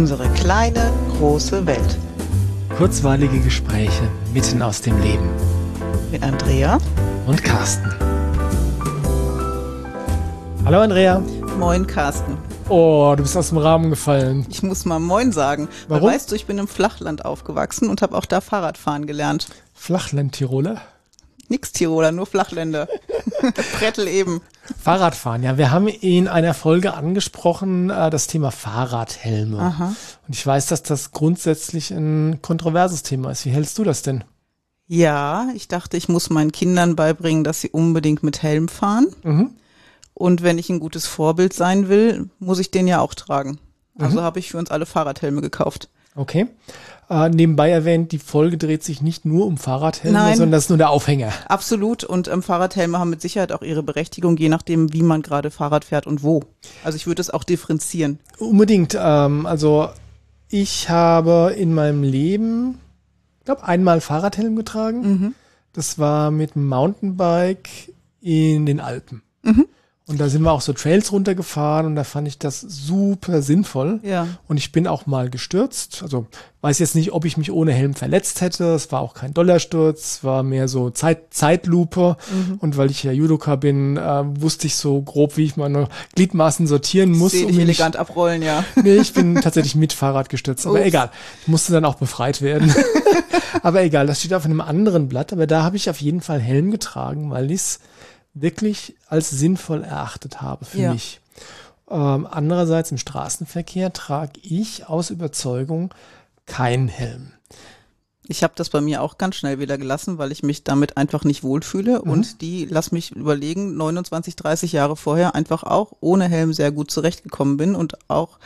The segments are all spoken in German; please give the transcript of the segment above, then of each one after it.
Unsere kleine, große Welt. Kurzweilige Gespräche mitten aus dem Leben. Mit Andrea und Carsten. Hallo Andrea. Moin Carsten. Oh, du bist aus dem Rahmen gefallen. Ich muss mal Moin sagen. Warum? Weil, weißt du, ich bin im Flachland aufgewachsen und habe auch da Fahrradfahren gelernt. Flachland-Tiroler? Nix Tiroler, nur Flachländer. Brettel eben. Fahrradfahren, ja. Wir haben in einer Folge angesprochen, das Thema Fahrradhelme. Aha. Und ich weiß, dass das grundsätzlich ein kontroverses Thema ist. Wie hältst du das denn? Ja, ich dachte, ich muss meinen Kindern beibringen, dass sie unbedingt mit Helm fahren. Mhm. Und wenn ich ein gutes Vorbild sein will, muss ich den ja auch tragen. Also habe ich für uns alle Fahrradhelme gekauft. Okay. Nebenbei erwähnt, die Folge dreht sich nicht nur um Fahrradhelme, Nein. sondern das ist nur der Aufhänger. Absolut. Und Fahrradhelme haben mit Sicherheit auch ihre Berechtigung, je nachdem, wie man gerade Fahrrad fährt und wo. Also ich würde es auch differenzieren. Unbedingt. Also ich habe in meinem Leben, ich glaube, einmal Fahrradhelm getragen. Mhm. Das war mit dem Mountainbike in den Alpen. Mhm. Und da sind wir auch so Trails runtergefahren und da fand ich das super sinnvoll. Ja. Und ich bin auch mal gestürzt. Also weiß jetzt nicht, ob ich mich ohne Helm verletzt hätte. Es war auch kein Dollersturz, war mehr so Zeitlupe. Mhm. Und weil ich ja Judoka bin, wusste ich so grob, wie ich meine Gliedmaßen sortieren muss. Sehe dich elegant abrollen, ja. Nee, ich bin tatsächlich mit Fahrrad gestürzt. Aber egal, ich musste dann auch befreit werden. Aber egal, das steht auf einem anderen Blatt. Aber da habe ich auf jeden Fall Helm getragen, weil ich es wirklich als sinnvoll erachtet habe für mich. Andererseits im Straßenverkehr trage ich aus Überzeugung keinen Helm. Ich habe das bei mir auch ganz schnell wieder gelassen, weil ich mich damit einfach nicht wohlfühle. Und lass mich überlegen, 29, 30 Jahre vorher einfach auch ohne Helm sehr gut zurechtgekommen bin. Und auch,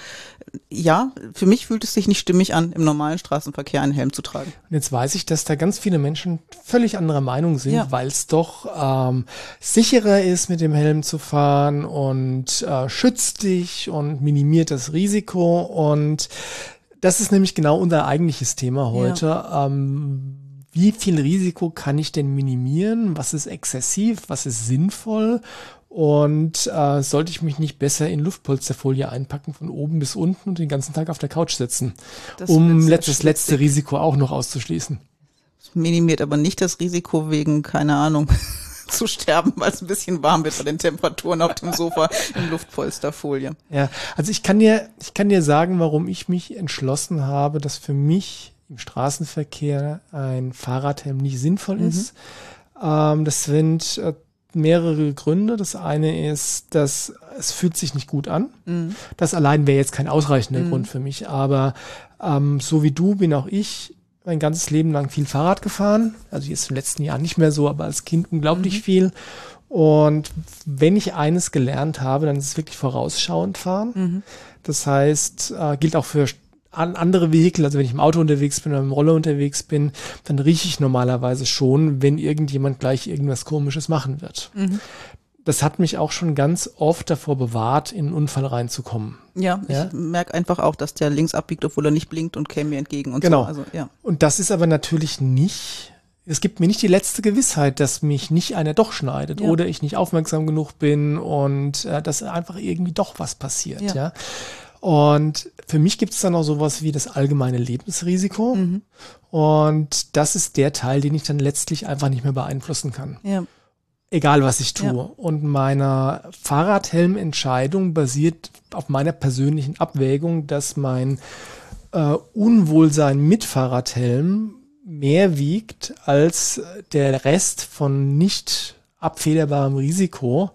ja, für mich fühlt es sich nicht stimmig an, im normalen Straßenverkehr einen Helm zu tragen. Und jetzt weiß ich, dass da ganz viele Menschen völlig anderer Meinung sind, weil es doch sicherer ist, mit dem Helm zu fahren und schützt dich und minimiert das Risiko. Und das ist nämlich genau unser eigentliches Thema heute. Ja. Wie viel Risiko kann ich denn minimieren? Was ist exzessiv? Was ist sinnvoll? Und sollte ich mich nicht besser in Luftpolsterfolie einpacken von oben bis unten und den ganzen Tag auf der Couch sitzen, um das letzte Risiko auch noch auszuschließen? Das minimiert aber nicht das Risiko wegen, keine Ahnung, zu sterben, weil es ein bisschen warm wird bei den Temperaturen auf dem Sofa in Luftpolsterfolie. Ja, also ich kann dir sagen, warum ich mich entschlossen habe, dass für mich im Straßenverkehr ein Fahrradhelm nicht sinnvoll ist. Das sind mehrere Gründe. Das eine ist, dass es fühlt sich nicht gut an. Das allein wäre jetzt kein ausreichender Grund für mich, aber so wie du bin auch ich mein ganzes Leben lang viel Fahrrad gefahren. Also jetzt im letzten Jahr nicht mehr so, aber als Kind unglaublich viel. Und wenn ich eines gelernt habe, dann ist es wirklich vorausschauend fahren. Das heißt, gilt auch für andere Vehikel. Also wenn ich im Auto unterwegs bin oder im Roller unterwegs bin, dann rieche ich normalerweise schon, wenn irgendjemand gleich irgendwas Komisches machen wird. Das hat mich auch schon ganz oft davor bewahrt, in einen Unfall reinzukommen. Ja, ich merke einfach auch, dass der links abbiegt, obwohl er nicht blinkt und käme mir entgegen und genau. So. Also, ja. Und das ist aber natürlich nicht, es gibt mir nicht die letzte Gewissheit, dass mich nicht einer doch schneidet oder ich nicht aufmerksam genug bin und dass einfach irgendwie doch was passiert. Ja. Und für mich gibt es dann auch sowas wie das allgemeine Lebensrisiko. Und das ist der Teil, den ich dann letztlich einfach nicht mehr beeinflussen kann. Ja. Egal, was ich tue. Ja. Und meine Fahrradhelmentscheidung basiert auf meiner persönlichen Abwägung, dass mein Unwohlsein mit Fahrradhelm mehr wiegt als der Rest von nicht abfederbarem Risiko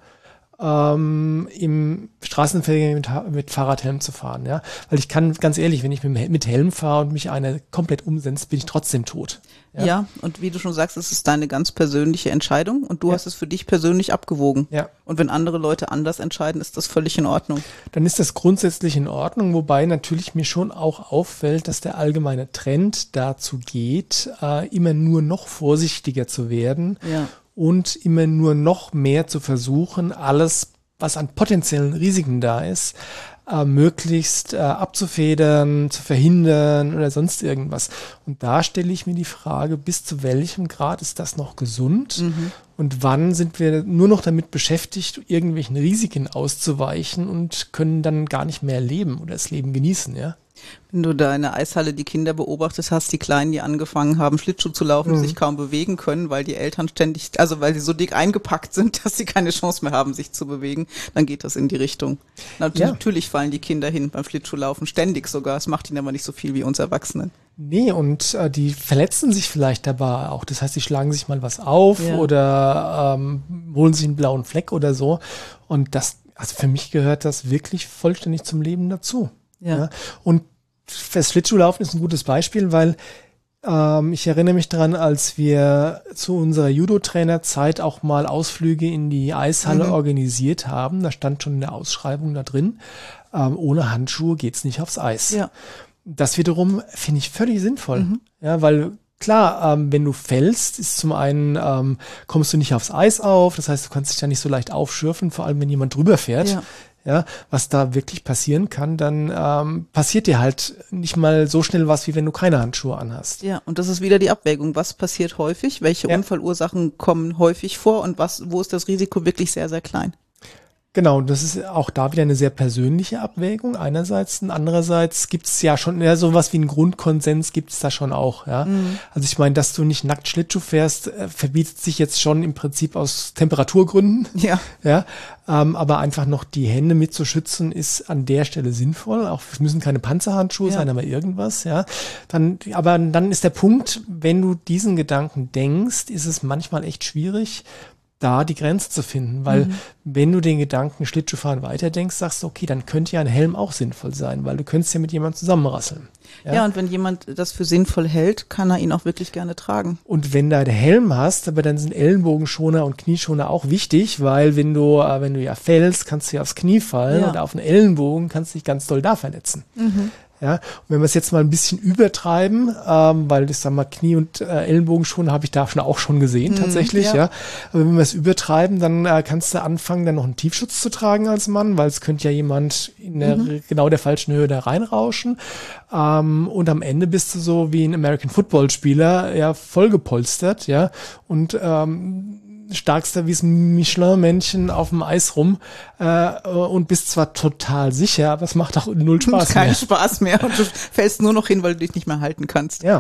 im Straßenverkehr mit Fahrradhelm zu fahren. Ja? Weil ich kann, ganz ehrlich, wenn ich mit Helm fahre und mich einer komplett umsetzt, bin ich trotzdem tot. Ja, und wie du schon sagst, es ist deine ganz persönliche Entscheidung und du hast es für dich persönlich abgewogen. Ja. Und wenn andere Leute anders entscheiden, ist das völlig in Ordnung. Dann ist das grundsätzlich in Ordnung, wobei natürlich mir schon auch auffällt, dass der allgemeine Trend dazu geht, immer nur noch vorsichtiger zu werden. Ja. Und immer nur noch mehr zu versuchen, alles, was an potenziellen Risiken da ist, möglichst abzufedern, zu verhindern oder sonst irgendwas. Und da stelle ich mir die Frage, bis zu welchem Grad ist das noch gesund? Mhm. Und wann sind wir nur noch damit beschäftigt, irgendwelchen Risiken auszuweichen und können dann gar nicht mehr leben oder das Leben genießen, ja? Wenn du da in der Eishalle die Kinder beobachtet hast, die Kleinen, die angefangen haben, Schlittschuh zu laufen, sich kaum bewegen können, weil die Eltern ständig, also weil sie so dick eingepackt sind, dass sie keine Chance mehr haben, sich zu bewegen, dann geht das in die Richtung. Natürlich fallen die Kinder hin beim Schlittschuhlaufen, ständig sogar. Es macht ihnen aber nicht so viel wie uns Erwachsenen. Nee, und die verletzen sich vielleicht dabei auch. Das heißt, die schlagen sich mal was auf oder holen sich einen blauen Fleck oder so. Und das, also für mich gehört das wirklich vollständig zum Leben dazu. Ja. Und das Schlittschuhlaufen ist ein gutes Beispiel, weil ich erinnere mich daran, als wir zu unserer Judo-Trainerzeit auch mal Ausflüge in die Eishalle organisiert haben. Da stand schon in der Ausschreibung da drin, ohne Handschuhe geht's nicht aufs Eis. Ja. Das wiederum finde ich völlig sinnvoll. Ja, weil klar, wenn du fällst, ist zum einen, kommst du nicht aufs Eis auf. Das heißt, du kannst dich da nicht so leicht aufschürfen, vor allem wenn jemand drüber fährt. Ja, was da wirklich passieren kann, dann passiert dir halt nicht mal so schnell was, wie wenn du keine Handschuhe anhast. Ja, und das ist wieder die Abwägung. Was passiert häufig? Welche Unfallursachen kommen häufig vor? Und wo ist das Risiko wirklich sehr, sehr klein? Genau, das ist auch da wieder eine sehr persönliche Abwägung einerseits und andererseits gibt es ja schon sowas wie einen Grundkonsens gibt es da schon auch. Ja, also ich meine, dass du nicht nackt Schlittschuh fährst, verbietet sich jetzt schon im Prinzip aus Temperaturgründen. Ja, aber einfach noch die Hände mit zu schützen ist an der Stelle sinnvoll. Auch es müssen keine Panzerhandschuhe sein, aber irgendwas. Ja, dann ist der Punkt, wenn du diesen Gedanken denkst, ist es manchmal echt schwierig, da die Grenze zu finden, weil wenn du den Gedanken Schlittschuhfahren weiterdenkst, sagst du, okay, dann könnte ja ein Helm auch sinnvoll sein, weil du könntest ja mit jemandem zusammenrasseln. Ja, und wenn jemand das für sinnvoll hält, kann er ihn auch wirklich gerne tragen. Und wenn du den Helm hast, aber dann sind Ellenbogenschoner und Knieschoner auch wichtig, weil wenn du ja fällst, kannst du ja aufs Knie fallen oder auf den Ellenbogen kannst du dich ganz doll da verletzen. Ja, und wenn wir es jetzt mal ein bisschen übertreiben, weil ich sag mal, Knie- und Ellenbogenschoner habe ich da auch schon gesehen, tatsächlich, ja. Aber wenn wir es übertreiben, dann kannst du anfangen, dann noch einen Tiefschutz zu tragen als Mann, weil es könnte ja jemand in genau der falschen Höhe da reinrauschen. Und am Ende bist du so wie ein American Football Spieler, ja, vollgepolstert, ja, und starkst da wie ein Michelin-Männchen auf dem Eis rum und bist zwar total sicher, aber es macht auch null Spaß mehr. Kein Spaß mehr und du fällst nur noch hin, weil du dich nicht mehr halten kannst. Ja.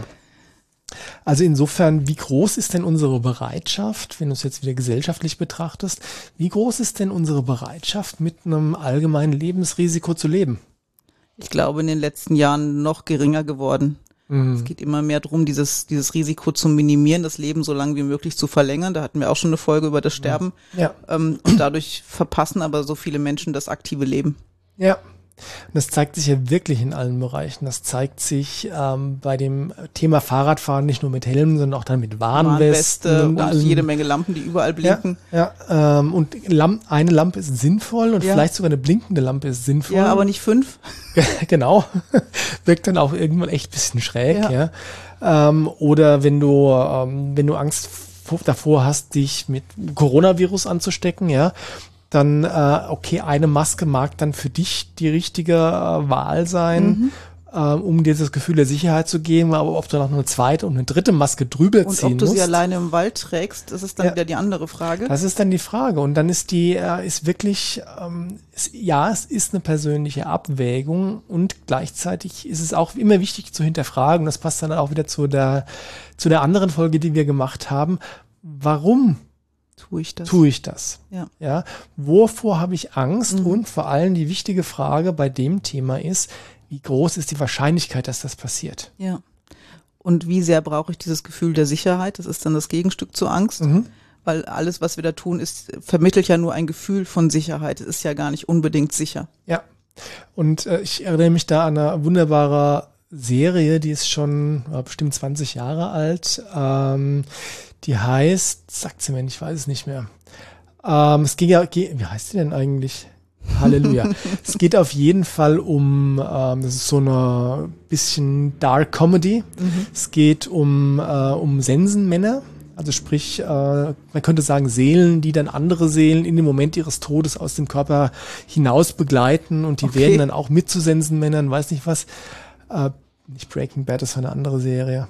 Also insofern, wie groß ist denn unsere Bereitschaft, wenn du es jetzt wieder gesellschaftlich betrachtest, wie groß ist denn unsere Bereitschaft, mit einem allgemeinen Lebensrisiko zu leben? Ich glaube, in den letzten Jahren noch geringer geworden. Es geht immer mehr darum, dieses Risiko zu minimieren, das Leben so lange wie möglich zu verlängern. Da hatten wir auch schon eine Folge über das Sterben. Ja. Und dadurch verpassen aber so viele Menschen das aktive Leben. Ja. Und das zeigt sich ja wirklich in allen Bereichen. Das zeigt sich bei dem Thema Fahrradfahren nicht nur mit Helmen, sondern auch dann mit Warnwesten. Und jede Menge Lampen, die überall blinken. Ja. Und eine Lampe ist sinnvoll und vielleicht sogar eine blinkende Lampe ist sinnvoll. Ja, aber nicht 5. Genau. Wirkt dann auch irgendwann echt ein bisschen schräg. Ja. Oder wenn du Angst davor hast, dich mit Coronavirus anzustecken, ja, dann, okay, eine Maske mag dann für dich die richtige Wahl sein, um dir das Gefühl der Sicherheit zu geben, aber ob du noch eine zweite und eine dritte Maske drüber ziehen musst. Und ob du sie alleine im Wald trägst, das ist dann wieder die andere Frage. Das ist dann die Frage. Und dann ist ist wirklich, es ist eine persönliche Abwägung und gleichzeitig ist es auch immer wichtig zu hinterfragen. Das passt dann auch wieder zu der anderen Folge, die wir gemacht haben. Warum tue ich das? Ja. Wovor habe ich Angst? Und vor allem die wichtige Frage bei dem Thema ist, wie groß ist die Wahrscheinlichkeit, dass das passiert? Ja. Und wie sehr brauche ich dieses Gefühl der Sicherheit? Das ist dann das Gegenstück zur Angst. Weil alles, was wir da tun, vermittelt ja nur ein Gefühl von Sicherheit. Es ist ja gar nicht unbedingt sicher. Ja. Und ich erinnere mich da an eine wunderbare Serie, die ist schon bestimmt 20 Jahre alt. Die heißt, sagt sie mir, ich weiß es nicht mehr. Es ging wie heißt die denn eigentlich? Halleluja. Es geht auf jeden Fall das ist so eine bisschen Dark Comedy. Es geht um Sensenmänner. Also sprich, man könnte sagen Seelen, die dann andere Seelen in dem Moment ihres Todes aus dem Körper hinaus begleiten und die werden dann auch mit zu Sensenmännern, weiß nicht was. Nicht Breaking Bad, das war eine andere Serie.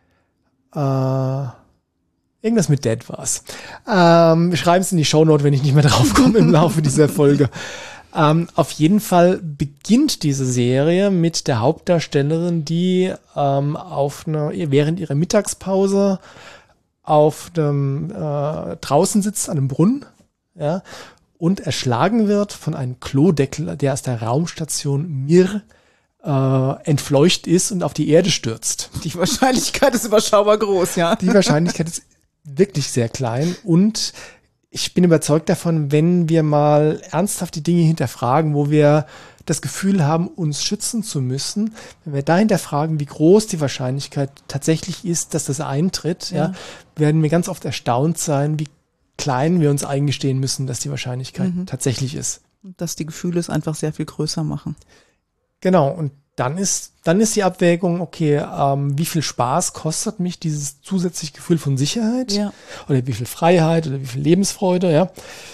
Irgendwas mit Dead war's. Wir schreiben es in die Shownote, wenn ich nicht mehr drauf komme im Laufe dieser Folge. Auf jeden Fall beginnt diese Serie mit der Hauptdarstellerin, die während ihrer Mittagspause auf dem draußen sitzt an einem Brunnen, ja, und erschlagen wird von einem Klodeckel, der aus der Raumstation Mir entfleucht ist und auf die Erde stürzt. Die Wahrscheinlichkeit ist überschaubar groß, ja. Die Wahrscheinlichkeit ist wirklich sehr klein und ich bin überzeugt davon, wenn wir mal ernsthaft die Dinge hinterfragen, wo wir das Gefühl haben, uns schützen zu müssen, wenn wir da hinterfragen, wie groß die Wahrscheinlichkeit tatsächlich ist, dass das eintritt, ja, werden wir ganz oft erstaunt sein, wie klein wir uns eingestehen müssen, dass die Wahrscheinlichkeit tatsächlich ist. Dass die Gefühle es einfach sehr viel größer machen. Genau, und dann ist die Abwägung, okay, wie viel Spaß kostet mich dieses zusätzliche Gefühl von Sicherheit? Ja. Oder wie viel Freiheit oder wie viel Lebensfreude, ja.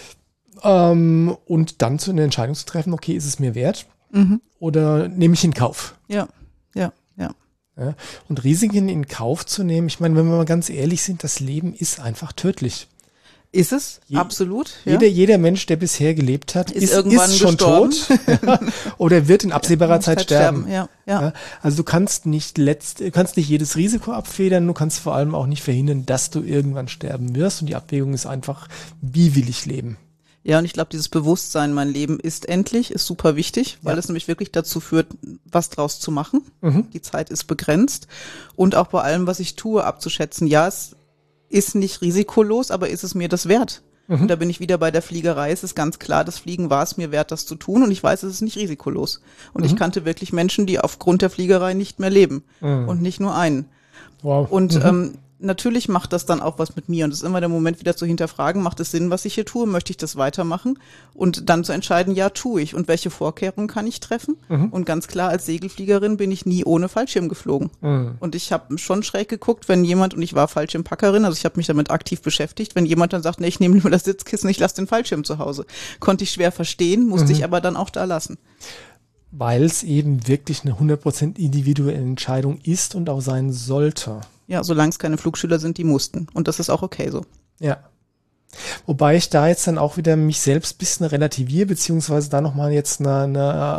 Und dann eine Entscheidung zu treffen, okay, ist es mir wert? Oder nehme ich in Kauf? Ja. Ja. Und Risiken in Kauf zu nehmen, ich meine, wenn wir mal ganz ehrlich sind, das Leben ist einfach tödlich. Ist es? Absolut. Ja. Jeder Mensch, der bisher gelebt hat, ist schon gestorben. tot oder wird in absehbarer Zeit sterben. Ja. Also du kannst nicht jedes Risiko abfedern, du kannst vor allem auch nicht verhindern, dass du irgendwann sterben wirst. Und die Abwägung ist einfach, wie will ich leben? Ja, und ich glaube, dieses Bewusstsein, mein Leben ist endlich, ist super wichtig, weil es nämlich wirklich dazu führt, was draus zu machen. Die Zeit ist begrenzt. Und auch bei allem, was ich tue, abzuschätzen, ja, es ist nicht risikolos, aber ist es mir das wert? Und da bin ich wieder bei der Fliegerei. Es ist ganz klar, das Fliegen war es mir wert, das zu tun. Und ich weiß, es ist nicht risikolos. Und ich kannte wirklich Menschen, die aufgrund der Fliegerei nicht mehr leben. Und nicht nur einen. Wow. Und natürlich macht das dann auch was mit mir. Und es ist immer der Moment, wieder zu hinterfragen, macht es Sinn, was ich hier tue? Möchte ich das weitermachen? Und dann zu entscheiden, ja, tue ich. Und welche Vorkehrungen kann ich treffen? Und ganz klar, als Segelfliegerin bin ich nie ohne Fallschirm geflogen. Und ich habe schon schräg geguckt, wenn jemand, und ich war Fallschirmpackerin, also ich habe mich damit aktiv beschäftigt, wenn jemand dann sagt, nee, ich nehme lieber das Sitzkissen, ich lasse den Fallschirm zu Hause. Konnte ich schwer verstehen, musste ich aber dann auch da lassen. Weil es eben wirklich eine 100% individuelle Entscheidung ist und auch sein sollte. Ja, solange es keine Flugschüler sind, die mussten. Und das ist auch okay so. Ja. Wobei ich da jetzt dann auch wieder mich selbst ein bisschen relativiere, beziehungsweise da nochmal jetzt ein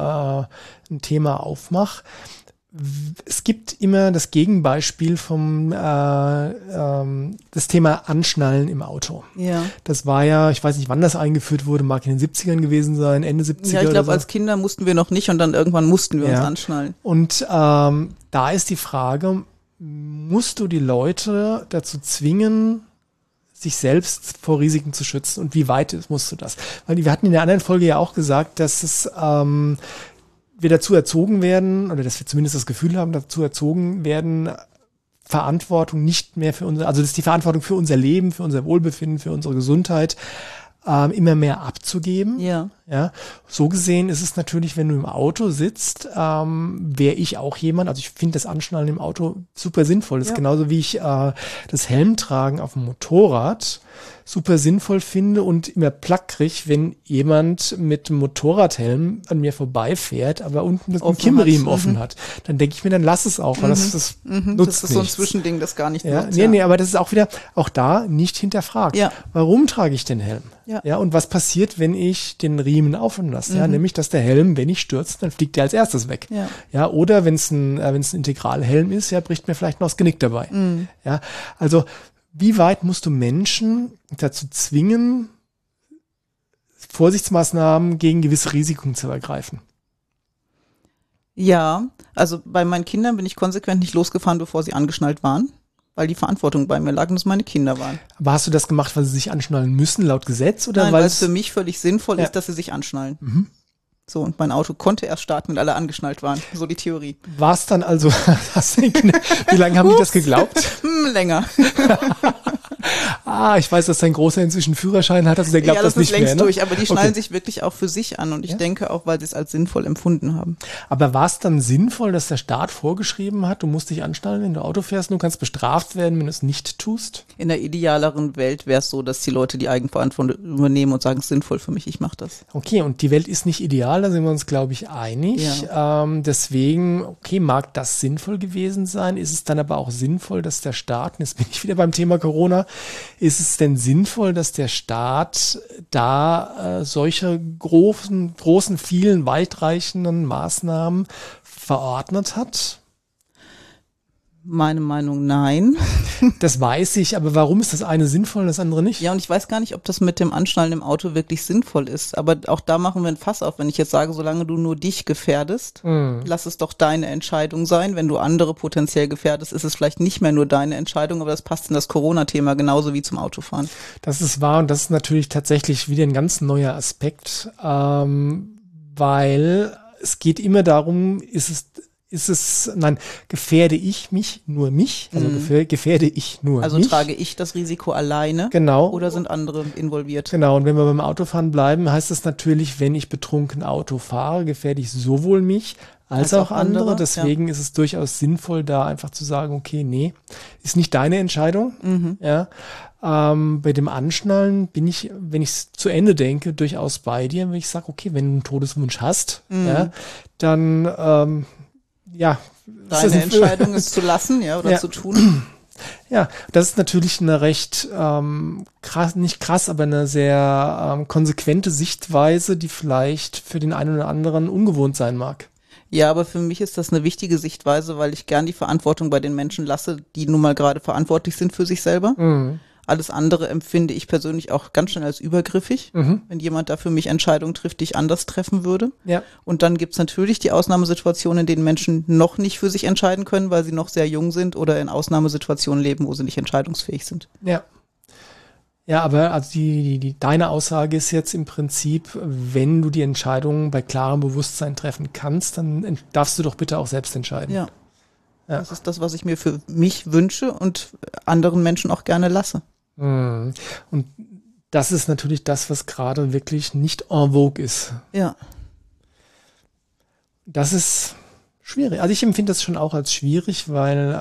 Thema aufmache. Es gibt immer das Gegenbeispiel vom das Thema Anschnallen im Auto. Ja. Das war ja, ich weiß nicht, wann das eingeführt wurde, mag in den 70ern gewesen sein, Ende 70er. Ja, ich glaube, so. Als Kinder mussten wir noch nicht und dann irgendwann mussten wir uns anschnallen. Und da ist die Frage, musst du die Leute dazu zwingen, sich selbst vor Risiken zu schützen und wie weit musst du das? Weil wir hatten in der anderen Folge ja auch gesagt, dass es wir dazu erzogen werden, oder dass wir zumindest das Gefühl haben, dazu erzogen werden, Verantwortung nicht mehr also das ist die Verantwortung für unser Leben, für unser Wohlbefinden, für unsere Gesundheit, immer mehr abzugeben. Ja. Ja. So gesehen ist es natürlich, wenn du im Auto sitzt, wäre ich auch jemand, also ich finde das Anschnallen im Auto super sinnvoll. Das ist genauso wie ich das Helmtragen auf dem Motorrad super sinnvoll finde und immer plackrig, wenn jemand mit dem Motorradhelm an mir vorbeifährt, aber unten das Kinnriemen offen hat. Dann denke ich mir, dann lass es auch, weil das nutzt Das ist so ein Zwischending, das gar nicht nutzt. Nee, aber das ist auch wieder, auch da nicht hinterfragt. Ja. Warum trage ich den Helm? Ja. Und was passiert, wenn ich den Riemen offen lasse? Ja, nämlich, dass der Helm, wenn ich stürze, dann fliegt der als erstes weg. Ja, oder wenn es ein Integralhelm ist, ja, bricht mir vielleicht noch das Genick dabei. Ja, also, wie weit musst du Menschen dazu zwingen, Vorsichtsmaßnahmen gegen gewisse Risiken zu ergreifen? Ja, also bei meinen Kindern bin ich konsequent nicht losgefahren, bevor sie angeschnallt waren, weil die Verantwortung bei mir lag und es meine Kinder waren. Aber hast du das gemacht, weil sie sich anschnallen müssen, laut Gesetz? Oder Nein, weil es für mich völlig sinnvoll ist, dass sie sich anschnallen. So, und mein Auto konnte erst starten, wenn alle angeschnallt waren. So die Theorie. War es dann also, wie lange haben die das geglaubt? Länger. Ich weiß, dass dein Großer inzwischen Führerschein hat, also der glaubt das nicht mehr. Ja, das ist längst durch, aber die schnallen sich wirklich auch für sich an und ich denke auch, weil sie es als sinnvoll empfunden haben. Aber war es dann sinnvoll, dass der Staat vorgeschrieben hat, du musst dich anschnallen, wenn du Auto fährst, und du kannst bestraft werden, wenn du es nicht tust? In der idealeren Welt wäre es so, dass die Leute die Eigenverantwortung übernehmen und sagen, es ist sinnvoll für mich, ich mache das. Okay, und die Welt ist nicht ideal, da sind wir uns, glaube ich, einig. Ja. Deswegen, okay, mag das sinnvoll gewesen sein, ist es dann aber auch sinnvoll, dass der Staat, und jetzt bin ich wieder beim Thema Corona, ist es denn sinnvoll, dass der Staat da solche großen, vielen, weitreichenden Maßnahmen verordnet hat? Meine Meinung, nein. Das weiß ich, aber warum ist das eine sinnvoll und das andere nicht? Ja, und ich weiß gar nicht, ob das mit dem Anschnallen im Auto wirklich sinnvoll ist. Aber auch da machen wir ein Fass auf. Wenn ich jetzt sage, solange du nur dich gefährdest, lass es doch deine Entscheidung sein. Wenn du andere potenziell gefährdest, ist es vielleicht nicht mehr nur deine Entscheidung, aber das passt in das Corona-Thema genauso wie zum Autofahren. Das ist wahr und das ist natürlich tatsächlich wieder ein ganz neuer Aspekt, weil es geht immer darum, gefährde ich nur mich? Also gefährde ich nur mich? Also trage ich das Risiko alleine? Genau. Oder sind andere involviert? Genau. Und wenn wir beim Autofahren bleiben, heißt das natürlich, wenn ich betrunken Auto fahre, gefährde ich sowohl mich als auch andere. Deswegen ist es durchaus sinnvoll, da einfach zu sagen, okay, nee, ist nicht deine Entscheidung. Ja. Bei dem Anschnallen bin ich, wenn ich es zu Ende denke, durchaus bei dir, wenn ich sage, okay, wenn du einen Todeswunsch hast, ja, dann deine Entscheidung ist zu lassen, oder zu tun. Ja, das ist natürlich eine recht nicht krass, aber eine sehr konsequente Sichtweise, die vielleicht für den einen oder anderen ungewohnt sein mag. Ja, aber für mich ist das eine wichtige Sichtweise, weil ich gern die Verantwortung bei den Menschen lasse, die nun mal gerade verantwortlich sind für sich selber. Alles andere empfinde ich persönlich auch ganz schnell als übergriffig, wenn jemand da für mich Entscheidungen trifft, die ich anders treffen würde. Ja. Und dann gibt's natürlich die Ausnahmesituationen, in denen Menschen noch nicht für sich entscheiden können, weil sie noch sehr jung sind oder in Ausnahmesituationen leben, wo sie nicht entscheidungsfähig sind. Ja. Ja, aber also deine Aussage ist jetzt im Prinzip, wenn du die Entscheidung bei klarem Bewusstsein treffen kannst, dann darfst du doch bitte auch selbst entscheiden. Ja. Das ist das, was ich mir für mich wünsche und anderen Menschen auch gerne lasse. Und das ist natürlich das, was gerade wirklich nicht en vogue ist. Ja. Das ist schwierig. Also ich empfinde das schon auch als schwierig, weil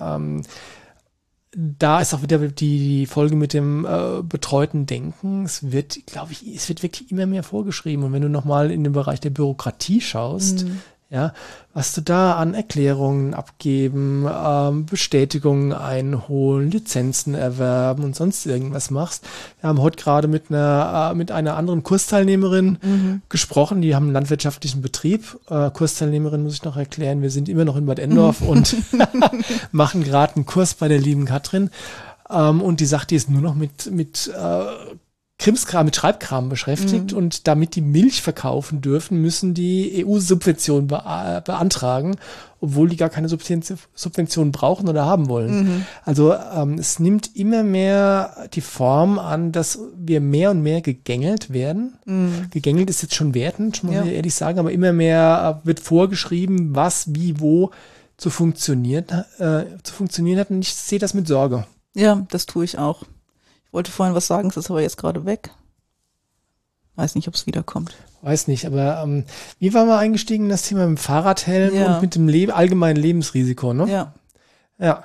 da ist auch wieder die Folge mit dem betreuten Denken. Es wird wirklich immer mehr vorgeschrieben. Und wenn du nochmal in den Bereich der Bürokratie schaust, ja, was du da an Erklärungen abgeben, Bestätigungen einholen, Lizenzen erwerben und sonst irgendwas machst. Wir haben heute gerade mit einer anderen Kursteilnehmerin gesprochen, die haben einen landwirtschaftlichen Betrieb. Kursteilnehmerin muss ich noch erklären, wir sind immer noch in Bad Endorf und machen gerade einen Kurs bei der lieben Katrin. Und die sagt, die ist nur noch mit Krimskram, mit Schreibkram beschäftigt und damit die Milch verkaufen dürfen, müssen die EU-Subventionen beantragen, obwohl die gar keine Subventionen brauchen oder haben wollen. Also es nimmt immer mehr die Form an, dass wir mehr und mehr gegängelt werden. Gegängelt ist jetzt schon wertend, muss ich ehrlich sagen, aber immer mehr wird vorgeschrieben, was, wie, wo zu funktionieren hat und ich sehe das mit Sorge. Ja, das tue ich auch. Ich wollte vorhin was sagen, es ist aber jetzt gerade weg. Weiß nicht, ob es wiederkommt. Weiß nicht, aber wie waren wir eingestiegen in das Thema mit dem Fahrradhelm und mit dem allgemeinen Lebensrisiko, ne? Ja. Ja.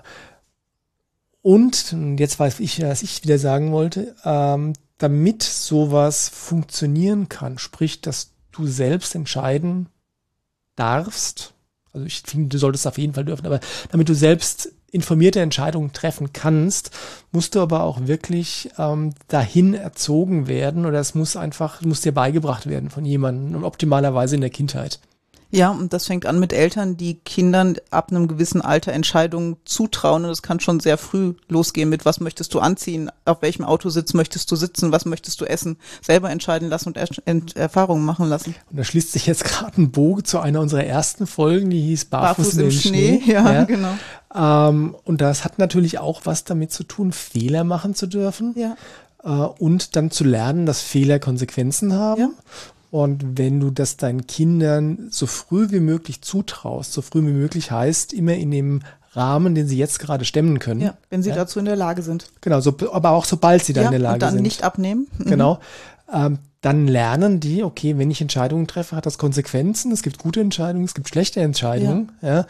Und jetzt weiß ich, was ich wieder sagen wollte, damit sowas funktionieren kann, sprich, dass du selbst entscheiden darfst, also ich finde, du solltest auf jeden Fall dürfen, aber damit du selbst informierte Entscheidungen treffen kannst, musst du aber auch wirklich dahin erzogen werden oder es muss dir beigebracht werden von jemandem und optimalerweise in der Kindheit. Ja, und das fängt an mit Eltern, die Kindern ab einem gewissen Alter Entscheidungen zutrauen. Und das kann schon sehr früh losgehen mit, was möchtest du anziehen, auf welchem Autositz möchtest du sitzen, was möchtest du essen, selber entscheiden lassen und Erfahrungen machen lassen. Und da schließt sich jetzt gerade ein Bogen zu einer unserer ersten Folgen, die hieß Barfuß im Schnee. Ja, genau. Und das hat natürlich auch was damit zu tun, Fehler machen zu dürfen. Ja. Und dann zu lernen, dass Fehler Konsequenzen haben. Ja. Und wenn du das deinen Kindern so früh wie möglich zutraust, so früh wie möglich heißt, immer in dem Rahmen, den sie jetzt gerade stemmen können. Ja, wenn sie dazu in der Lage sind. Genau, aber auch sobald sie da in der Lage sind. Und dann nicht abnehmen. Genau. Dann lernen die, okay, wenn ich Entscheidungen treffe, hat das Konsequenzen. Es gibt gute Entscheidungen, es gibt schlechte Entscheidungen. Ja.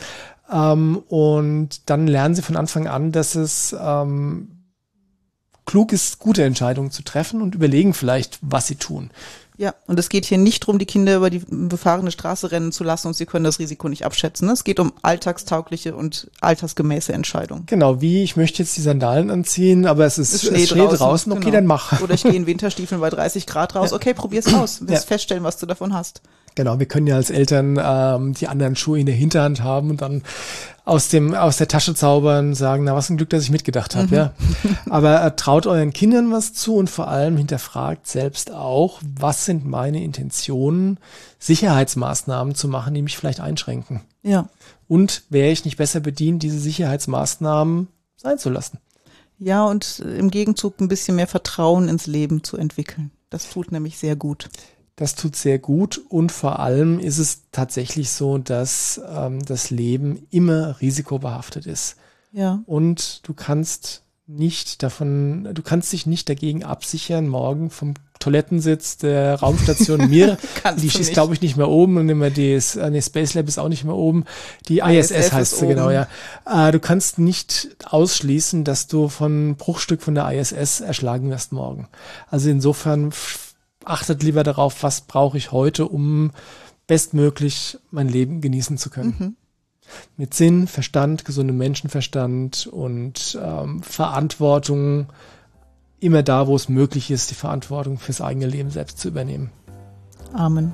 Und dann lernen sie von Anfang an, dass es klug ist, gute Entscheidungen zu treffen und überlegen vielleicht, was sie tun. Ja, und es geht hier nicht darum, die Kinder über die befahrene Straße rennen zu lassen und sie können das Risiko nicht abschätzen. Es geht um alltagstaugliche und altersgemäße Entscheidungen. Genau, wie ich möchte jetzt die Sandalen anziehen, aber es ist Schnee draußen. Okay, dann mach. Oder ich gehe in Winterstiefeln bei 30 Grad raus. Okay, probier's aus. Wirst feststellen, was du davon hast. Genau, wir können ja als Eltern die anderen Schuhe in der Hinterhand haben und dann aus der Tasche zaubern, sagen, na, was ein Glück, dass ich mitgedacht habe, ja. Aber traut euren Kindern was zu und vor allem hinterfragt selbst auch, was sind meine Intentionen, Sicherheitsmaßnahmen zu machen, die mich vielleicht einschränken. Ja. Und wäre ich nicht besser bedient, diese Sicherheitsmaßnahmen sein zu lassen? Ja, und im Gegenzug ein bisschen mehr Vertrauen ins Leben zu entwickeln. Das tut nämlich sehr gut. Das tut sehr gut und vor allem ist es tatsächlich so, dass das Leben immer risikobehaftet ist. Ja. Und du kannst dich nicht dagegen absichern, morgen vom Toilettensitz der Raumstation Mir, die ist glaube ich nicht mehr oben und immer Space Lab ist auch nicht mehr oben, die ISS heißt sie, genau, ja. Du kannst nicht ausschließen, dass du von Bruchstück von der ISS erschlagen wirst morgen. Also insofern achtet lieber darauf, was brauche ich heute, um bestmöglich mein Leben genießen zu können. Mit Sinn, Verstand, gesundem Menschenverstand und Verantwortung, immer da, wo es möglich ist, die Verantwortung fürs eigene Leben selbst zu übernehmen. Amen.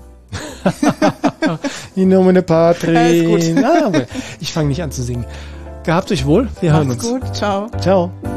In nomine Patri. Ich fange nicht an zu singen. Gehabt euch wohl, wir hören uns. Macht's gut, ciao. Ciao.